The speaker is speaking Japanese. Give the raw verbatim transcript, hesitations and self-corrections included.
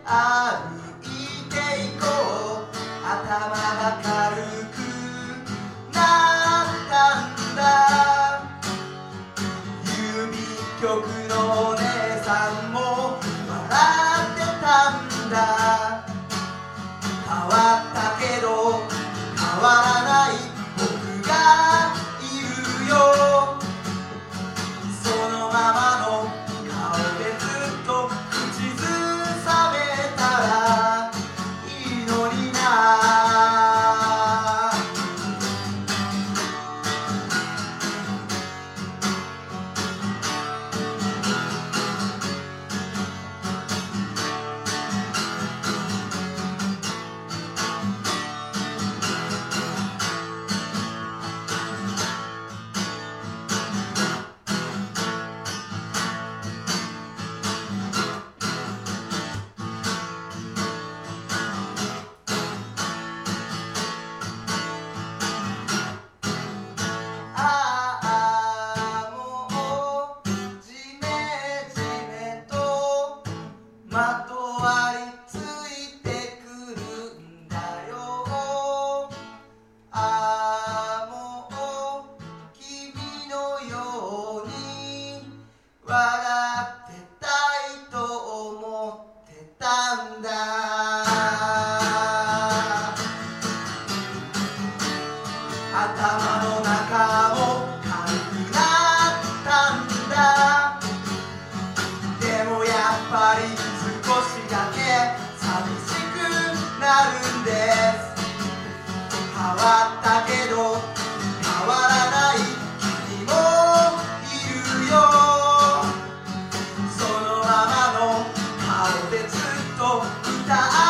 歩いていこう。頭が軽くなったんだ。郵便局のお姉さんも笑ってたんだ。変わったけど変わらない僕がいるよ。そのままの顔でずっと口ずさめたらいいのにな。まとわりついてくるんだよ。ああもう君のように笑ってたいと思ってたんだ。頭の中も軽くなったんだ。でもやっぱり少しだけ寂しくなるんです。変わったけど変わらない君もいるよ。そのままの顔でずっと歌